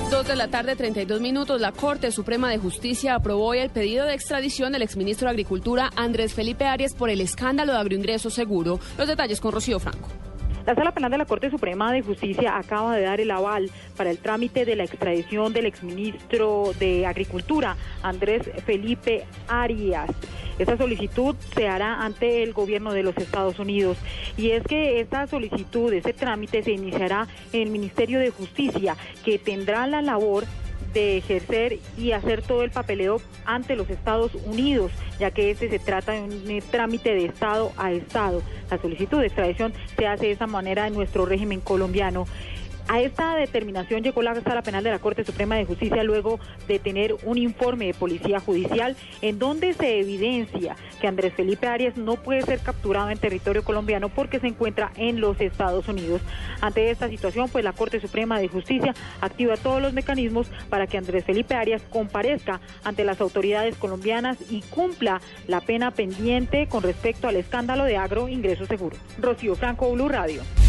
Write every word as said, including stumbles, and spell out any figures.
Dos de la tarde, treinta y dos minutos. La Corte Suprema de Justicia aprobó hoy el pedido de extradición del exministro de Agricultura Andrés Felipe Arias por el escándalo de agroingreso seguro. Los detalles con Rocío Franco. La Sala Penal de la Corte Suprema de Justicia acaba de dar el aval para el trámite de la extradición del exministro de Agricultura, Andrés Felipe Arias. Esta solicitud se hará ante el gobierno de los Estados Unidos. Y es que esta solicitud, este trámite se iniciará en el Ministerio de Justicia, que tendrá la labor de ejercer y hacer todo el papeleo ante los Estados Unidos, ya que este se trata de un trámite de Estado a Estado. La solicitud de extradición se hace de esa manera en nuestro régimen colombiano. A esta determinación llegó la Sala Penal de la Corte Suprema de Justicia luego de tener un informe de Policía Judicial en donde se evidencia que Andrés Felipe Arias no puede ser capturado en territorio colombiano porque se encuentra en los Estados Unidos. Ante esta situación, pues la Corte Suprema de Justicia activa todos los mecanismos para que Andrés Felipe Arias comparezca ante las autoridades colombianas y cumpla la pena pendiente con respecto al escándalo de agroingreso seguro. Rocío Franco, Blue Radio.